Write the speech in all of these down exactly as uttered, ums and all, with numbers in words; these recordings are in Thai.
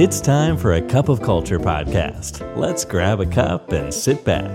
It's time for a cup of culture podcast. Let's grab a cup and sit back.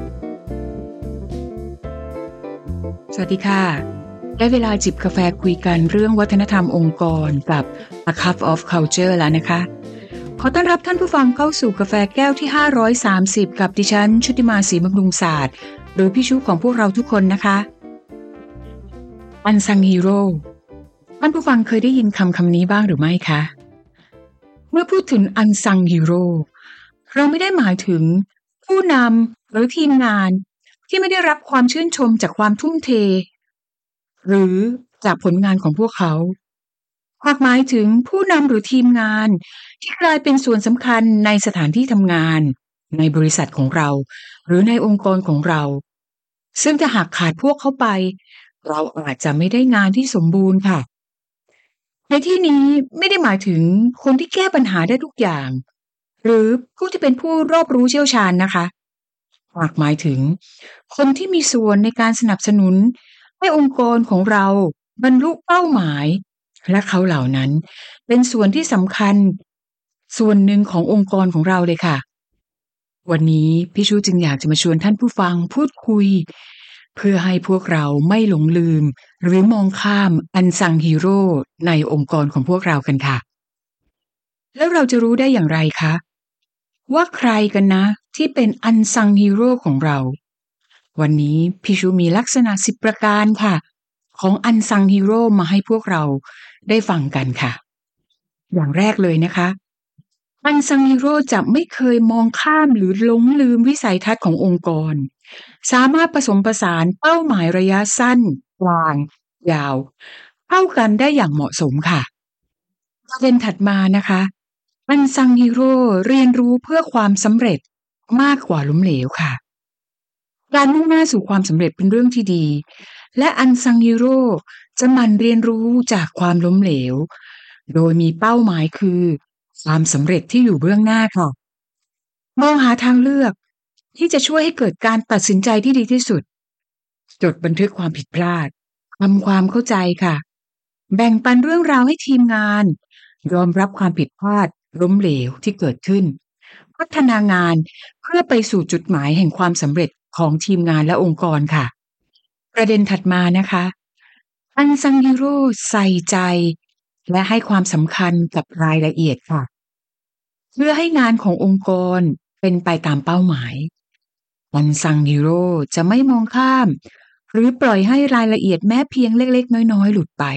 สวัสดีค่ะได้เวลาจิบกาแฟคุยกันเรื่องวัฒนธรรมองค์กรกับ A Cup of Culture แล้วนะคะขอต้อนรับท่านผู้ฟังเข้าสู่กาแฟแก้วที่ห้าร้อยสามสิบกับดิฉันชุติมาศรีบำรุงศาสตร์หรือพี่ชุของพวกเราทุกคนนะคะUnsung Hero ท่านผู้ฟังเคยได้ยินคำคำนี้บ้างหรือไม่คะเมื่อพูดถึง Unsung Hero เราไม่ได้หมายถึงผู้นำหรือทีมงานที่ไม่ได้รับความชื่นชมจากความทุ่มเทหรือจากผลงานของพวกเขาหากหมายถึงผู้นำหรือทีมงานที่กลายเป็นส่วนสำคัญในสถานที่ทำงานในบริษัทของเราหรือในองค์กรของเราซึ่งถ้าหากขาดพวกเขาไปเราอาจจะไม่ได้งานที่สมบูรณ์ค่ะในที่นี้ไม่ได้หมายถึงคนที่แก้ปัญหาได้ทุกอย่างหรือผู้ที่เป็นผู้รอบรู้เชี่ยวชาญนะคะหากหมายถึงคนที่มีส่วนในการสนับสนุนให้องค์กรของเราบรรลุเป้าหมายและเขาเหล่านั้นเป็นส่วนที่สำคัญส่วนหนึ่งขององค์กรของเราเลยค่ะวันนี้พี่ชูจึงอยากจะมาชวนท่านผู้ฟังพูดคุยเพื่อให้พวกเราไม่หลงลืมหรือมองข้าม Unsung Hero ในองค์กรของพวกเรากันค่ะแล้วเราจะรู้ได้อย่างไรคะว่าใครกันนะที่เป็น Unsung Hero ของเราวันนี้พี่ชูมีลักษณะสิบประการค่ะของ Unsung Hero มาให้พวกเราได้ฟังกันค่ะอย่างแรกเลยนะคะ Unsung Hero จะไม่เคยมองข้ามหรือหลงลืมวิสัยทัศน์ขององค์กรสามารถผสมผสานเป้าหมายระยะสั้นกลางยาวเข้ากันได้อย่างเหมาะสมค่ะประเด็นถัดมานะคะ Unsung Hero เรียนรู้เพื่อความสำเร็จมากกว่าล้มเหลวค่ะการมุ่งหน้าสู่ความสำเร็จเป็นเรื่องที่ดีและ Unsung Hero จะหมั่นเรียนรู้จากความล้มเหลวโดยมีเป้าหมายคือความสำเร็จที่อยู่เบื้องหน้าค่ะมองหาทางเลือกที่จะช่วยให้เกิดการตัดสินใจที่ดีที่สุดจดบันทึกความผิดพลาดทำความเข้าใจค่ะแบ่งปันเรื่องราวให้ทีมงานยอมรับความผิดพลาดล้มเหลวที่เกิดขึ้นพัฒนางานเพื่อไปสู่จุดหมายแห่งความสำเร็จของทีมงานและองค์กรค่ะประเด็นถัดมานะคะ Unsung Hero ใส่ใจและให้ความสำคัญกับรายละเอียดค่ะเพื่อให้งานขององค์กรเป็นไปตามเป้าหมาย Unsung Hero จะไม่มองข้ามหรือปล่อยให้รายละเอียดแม้เพียงเล็กๆน้อยๆหลุดไป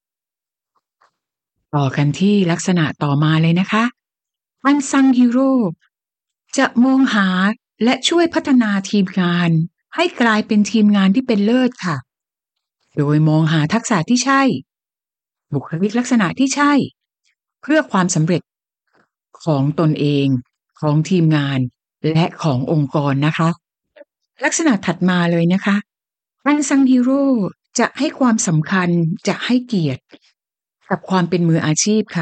ต่อกันที่ลักษณะต่อมาเลยนะคะ Unsung Hero จะมองหาและช่วยพัฒนาทีมงานให้กลายเป็นทีมงานที่เป็นเลิศค่ะโดยมองหาทักษะที่ใช่บุคลิกลักษณะที่ใช่เพื่อความสำเร็จของตนเองของทีมงานและขององค์กรนะคะลักษณะถัดมาเลยนะคะ Unsung Hero จะให้ความสำคัญจะให้เกียรติกับความเป็นมืออาชีพค่ะ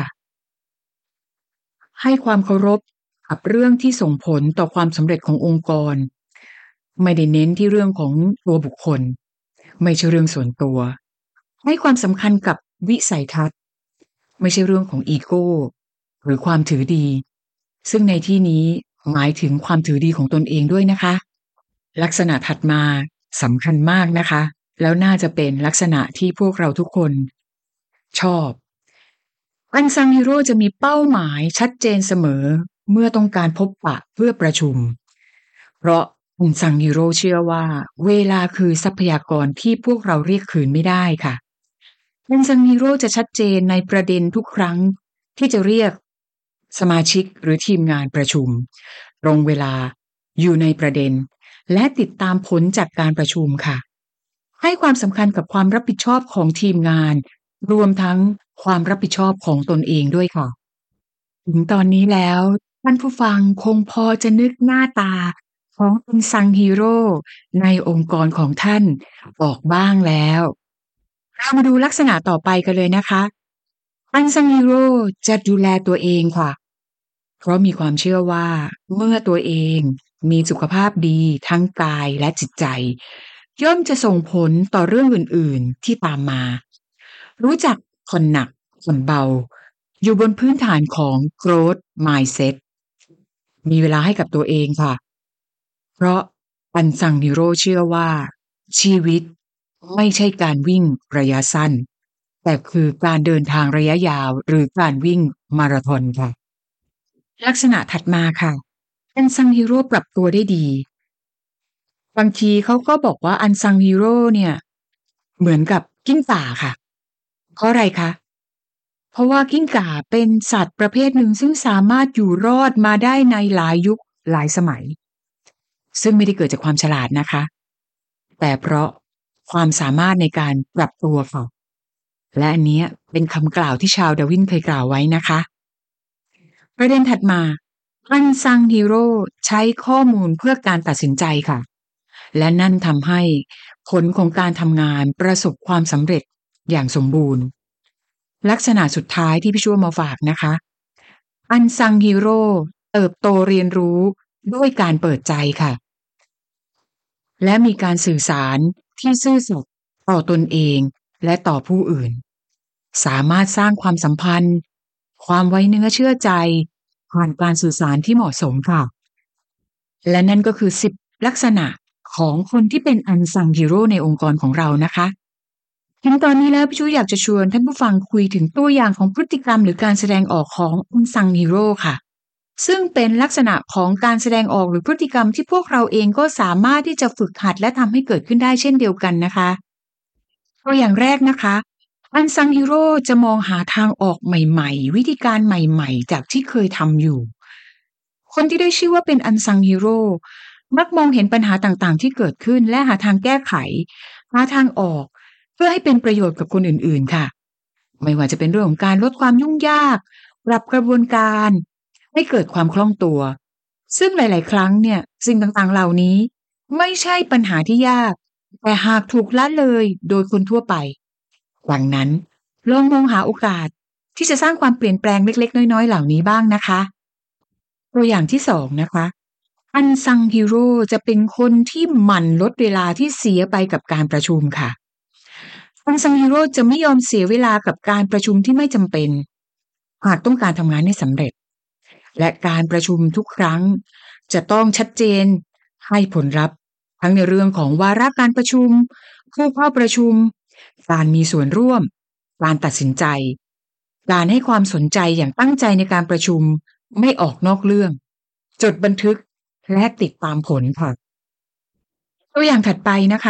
ให้ความเคารพกับเรื่องที่ส่งผลต่อความสำเร็จขององค์กรไม่ได้เน้นที่เรื่องของตัวบุคคลไม่ใช่เรื่องส่วนตัวให้ความสำคัญกับวิสัยทัศน์ไม่ใช่เรื่องของอีโก้หรือความถือดีซึ่งในที่นี้หมายถึงความถือดีของตนเองด้วยนะคะลักษณะถัดมาสำคัญมากนะคะแล้วน่าจะเป็นลักษณะที่พวกเราทุกคนชอบ Unsung Hero จะมีเป้าหมายชัดเจนเสมอเมื่อต้องการพบปะเพื่อประชุมเพราะ Unsung Hero เชื่อว่าเวลาคือทรัพยากรที่พวกเราเรียกคืนไม่ได้ค่ะ Unsung Hero จะชัดเจนในประเด็นทุกครั้งที่จะเรียกสมาชิกหรือทีมงานประชุมตรงเวลาอยู่ในประเด็นและติดตามผลจากการประชุมค่ะให้ความสำคัญกับความรับผิดชอบของทีมงานรวมทั้งความรับผิดชอบของตนเองด้วยค่ะถึงตอนนี้แล้วท่านผู้ฟังคงพอจะนึกหน้าตาของ Unsung Hero ในองค์กรของท่านออกบ้างแล้วเรามาดูลักษณะต่อไปกันเลยนะคะ Unsung Hero จะดูแลตัวเองค่ะเพราะมีความเชื่อว่าเมื่อตัวเองมีสุขภาพดีทั้งกายและจิตใจย่อมจะส่งผลต่อเรื่องอื่นๆที่ตามมารู้จักผ่อนหนักผ่อนเบาอยู่บนพื้นฐานของ growth mindset มีเวลาให้กับตัวเองค่ะเพราะอันซังฮีโร่เชื่อว่าชีวิตไม่ใช่การวิ่งระยะสั้นแต่คือการเดินทางระยะยาวหรือการวิ่งมาราธอนค่ะลักษณะถัดมาค่ะอันซังฮีโร่ปรับตัวได้ดีบางทีเขาก็บอกว่าอันซังฮีโร่เนี่ยเหมือนกับกิ้งก่าค่ะเพราะอะไรคะเพราะว่ากิ้งก่าเป็นสัตว์ประเภทหนึ่งซึ่งสามารถอยู่รอดมาได้ในหลายยุคหลายสมัยซึ่งไม่ได้เกิดจากความฉลาดนะคะ แต่เพราะความสามารถในการปรับตัวค่ะและอันเนี้ยเป็นคำกล่าวที่ชาวดาร์วินเคยกล่าวไว้นะคะประเด็นถัดมา Unsung Hero ใช้ข้อมูลเพื่อการตัดสินใจค่ะและนั่นทำให้ผลของการทำงานประสบความสำเร็จอย่างสมบูรณ์ลักษณะสุดท้ายที่พี่ชั่วมาฝากนะคะ Unsung Hero เติบโตเรียนรู้ด้วยการเปิดใจค่ะ และมีการสื่อสารที่ซื่อสัตย์ต่อตนเองและต่อผู้อื่นสามารถสร้างความสัมพันธ์ความไว้เนื้อเชื่อใจผ่านการสื่อสารที่เหมาะสมค่ะและนั่นก็คือสิบลักษณะของคนที่เป็น Unsung Hero ในองค์กรของเรานะคะถึงตอนนี้แล้วพี่ชุยอยากจะชวนท่านผู้ฟังคุยถึงตัวอย่างของพฤติกรรมหรือการแสดงออกของ Unsung Hero ค่ะ ซึ่งเป็นลักษณะของการแสดงออกหรือพฤติกรรมที่พวกเราเองก็สามารถที่จะฝึกหัดและทำให้เกิดขึ้นได้เช่นเดียวกันนะคะตัวอย่างแรกนะคะ Unsung Hero จะมองหาทางออกใหม่ๆวิธีการใหม่ๆจากที่เคยทำอยู่คนที่ได้ชื่อว่าเป็น Unsung Hero มักมองเห็นปัญหาต่างๆที่เกิดขึ้นและหาทางแก้ไขหาทางออกเพื่อให้เป็นประโยชน์กับคนอื่นๆค่ะไม่ว่าจะเป็นเรื่องของการลดความยุ่งยากปรับกระบวนการให้เกิดความคล่องตัวซึ่งหลายๆครั้งเนี่ยสิ่งต่างๆเหล่านี้ไม่ใช่ปัญหาที่ยากแต่หากถูกละเลยโดยคนทั่วไปดังนั้นลองมองหาโอกาสที่จะสร้างความเปลี่ยนแปลงเล็กๆน้อยๆเหล่านี้บ้างนะคะตัวอย่างที่สองนะคะ Unsung Hero จะเป็นคนที่หมั่นลดเวลาที่เสียไปกับการประชุมค่ะ Unsung Hero จะไม่ยอมเสียเวลากับการประชุมที่ไม่จำเป็นหากต้องการทำงานให้สำเร็จและการประชุมทุกครั้งจะต้องชัดเจนให้ผลลัพธ์ทั้งในเรื่องของวาระการประชุมผู้เข้าประชุมการมีส่วนร่วมการตัดสินใจการให้ความสนใจอย่างตั้งใจในการประชุมไม่ออกนอกเรื่องจดบันทึกและติดตามผลค่ะตัวอย่างถัดไปนะคะ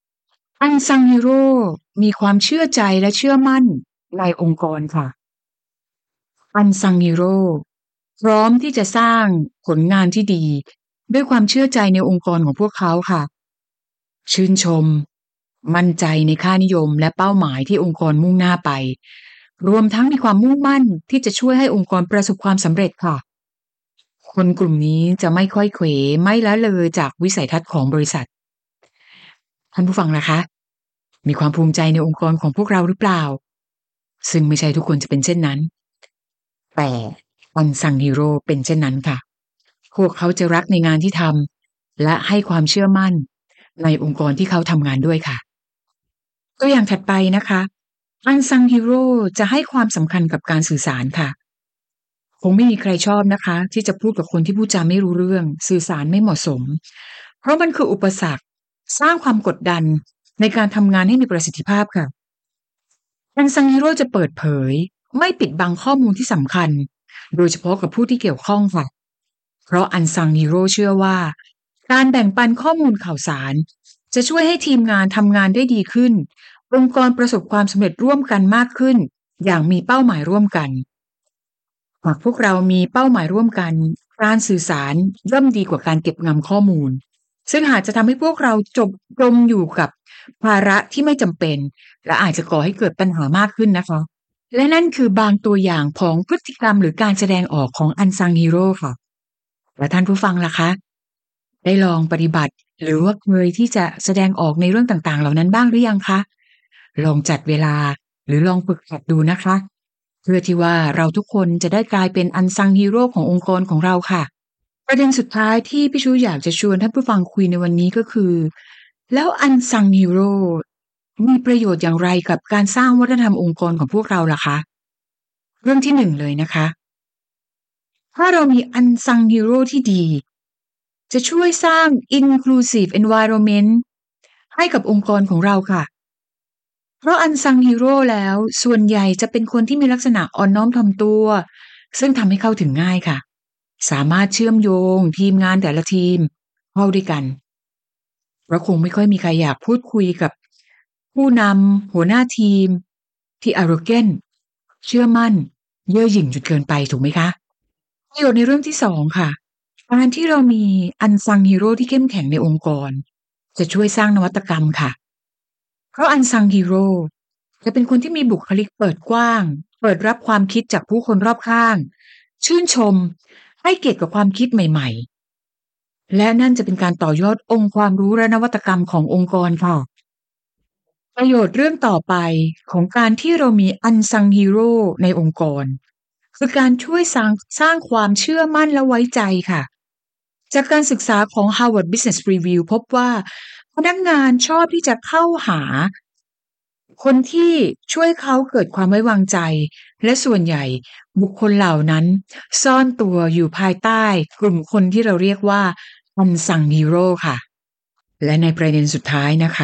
Unsung Hero มีความเชื่อใจและเชื่อมั่นในองค์กรค่ะ Unsung Hero พร้อมที่จะสร้างผลงานที่ดีด้วยความเชื่อใจในองค์กรของพวกเขาค่ะชื่นชมมั่นใจในค่านิยมและเป้าหมายที่องค์กรมุ่งหน้าไปรวมทั้งมีความมุ่งมั่นที่จะช่วยให้องค์กรประสบความสำเร็จค่ะคนกลุ่มนี้จะไม่ค่อยเขวไม่ละเลยจากวิสัยทัศน์ของบริษัทท่านผู้ฟังล่ะคะมีความภูมิใจในองค์กรของพวกเราหรือเปล่าซึ่งไม่ใช่ทุกคนจะเป็นเช่นนั้นแต่ Unsung Hero เป็นเช่นนั้นค่ะพวกเขาจะรักในงานที่ทำและให้ความเชื่อมั่นในองค์กรที่เขาทำงานด้วยค่ะตัวอย่างถัดไปนะคะ Unsung Hero จะให้ความสำคัญกับการสื่อสารค่ะคงไม่มีใครชอบนะคะที่จะพูดกับคนที่พูดจาไม่รู้เรื่องสื่อสารไม่เหมาะสมเพราะมันคืออุปสรรคสร้างความกดดันในการทำงานให้มีประสิทธิภาพค่ะ Unsung Hero จะเปิดเผยไม่ปิดบังข้อมูลที่สำคัญโดยเฉพาะกับผู้ที่เกี่ยวข้องค่ะเพราะ Unsung Hero เชื่อว่าการแบ่งปันข้อมูลข่าวสารจะช่วยให้ทีมงานทำงานได้ดีขึ้นองค์กรประสบความสำเร็จร่วมกันมากขึ้นอย่างมีเป้าหมายร่วมกันหากพวกเรามีเป้าหมายร่วมกันการสื่อสารย่อมดีกว่าการเก็บงำข้อมูลซึ่งอาจจะทำให้พวกเราจมจมอยู่กับภาระที่ไม่จำเป็นและอาจจะก่อให้เกิดปัญหามากขึ้นนะคะและนั่นคือบางตัวอย่างของพฤติกรรมหรือการแสดงออกของ Unsung Hero ค่ะและท่านผู้ฟังล่ะคะได้ลองปฏิบัติหรือว่าเคยที่จะแสดงออกในเรื่องต่างๆเหล่านั้นบ้างหรือยังคะลองจัดเวลาหรือลองฝึกหัดดูนะคะเพื่อที่ว่าเราทุกคนจะได้กลายเป็น Unsung Hero ขององค์กรของเราค่ะประเด็นสุดท้ายที่พี่ชูอยากจะชวนท่านผู้ฟังคุยในวันนี้ก็คือแล้ว Unsung Hero มีประโยชน์อย่างไรกับการสร้างวัฒนธรรมองค์กรของพวกเราล่ะคะเรื่องที่หนึ่งเลยนะคะถ้าเรามี unsung hero ที่ดีจะช่วยสร้าง inclusive environment ให้กับองค์กรของเราค่ะเพราะ unsung hero แล้วส่วนใหญ่จะเป็นคนที่มีลักษณะอ่อนน้อมถ่อมตัวซึ่งทำให้เข้าถึงง่ายค่ะสามารถเชื่อมโยงทีมงานแต่ละทีมเข้าด้วยกันเพราะคงไม่ค่อยมีใครอยากพูดคุยกับผู้นำหัวหน้าทีมที่ arrogant เชื่อมั่นเย่อหยิ่งจนเกินไปถูกไหมคะประโยชน์ในเรื่องที่สองค่ะการที่เรามี unsung hero ที่เข้มแข็งในองค์กรจะช่วยสร้างนวัตกรรมค่ะเพราะ unsung hero จะเป็นคนที่มีบุคลิกเปิดกว้างเปิดรับความคิดจากผู้คนรอบข้างชื่นชมให้เกียรติกับความคิดใหม่ๆและนั่นจะเป็นการต่อยอดองค์ความรู้และนวัตกรรมขององค์กรค่ะประโยชน์เรื่องต่อไปของการที่เรามี unsung hero ในองค์กรคือการช่วยสร้างสร้างความเชื่อมั่นและไว้ใจค่ะจากการศึกษาของ Harvard Business Review พบว่าพนักงานชอบที่จะเข้าหาคนที่ช่วยเขาเกิดความไว้วางใจและส่วนใหญ่บุคคลเหล่านั้นซ่อนตัวอยู่ภายใต้กลุ่มคนที่เราเรียกว่า unsung hero ค่ะและในประเด็นสุดท้ายนะคะ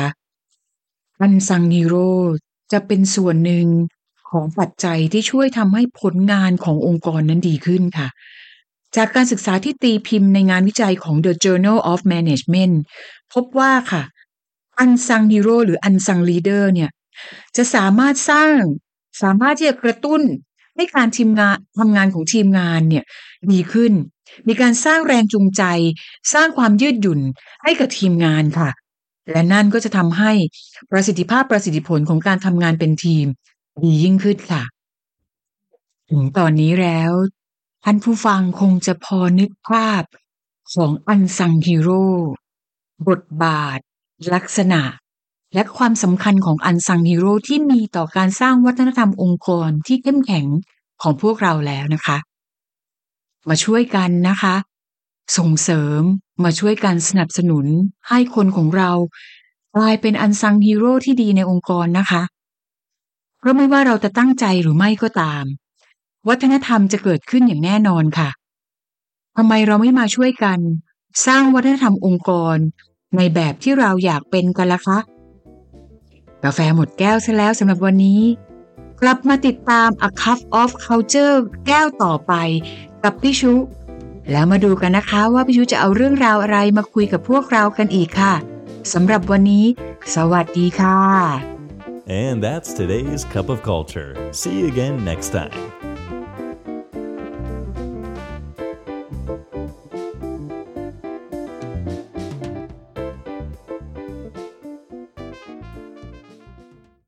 unsung hero จะเป็นส่วนหนึ่งของปัจจัยที่ช่วยทำให้ผลงานขององค์กรนั้นดีขึ้นค่ะจากการศึกษาที่ตีพิมพ์ในงานวิจัยของ The Journal of Management พบว่าค่ะ unsung hero หรือ unsung leader เนี่ยจะสามารถสร้างสามารถที่จะกระตุ้นให้การทีมงานทำงานของทีมงานเนี่ยดีขึ้นมีการสร้างแรงจูงใจสร้างความยืดหยุ่นให้กับทีมงานค่ะและนั่นก็จะทำให้ประสิทธิภาพประสิทธิผลของการทำงานเป็นทีมดียิ่งขึ้นค่ะถึงตอนนี้แล้วท่านผู้ฟังคงจะพอนึกภาพของ unsung hero บทบาทลักษณะและความสำคัญของ unsung hero ที่มีต่อการสร้างวัฒนธรรมองค์กรที่เข้มแข็งของพวกเราแล้วนะคะมาช่วยกันนะคะส่งเสริมมาช่วยกันสนับสนุนให้คนของเรากลายเป็น unsung hero ที่ดีในองค์กรนะคะเพราะไม่ว่าเราจะตั้งใจหรือไม่ก็ตามวัฒนธรรมจะเกิดขึ้นอย่างแน่นอนค่ะทำไมเราไม่มาช่วยกันสร้างวัฒนธรรมองค์กรในแบบที่เราอยากเป็นกันล่ะคะกาแฟหมดแก้วซะแล้วสำหรับวันนี้กลับมาติดตาม A Cup of Culture แก้วต่อไปกับพี่ชุแล้วมาดูกันนะคะว่าพี่ชุจะเอาเรื่องราวอะไรมาคุยกับพวกเรากันอีกค่ะสำหรับวันนี้สวัสดีค่ะ And that's today's Cup of Culture. See you again next time.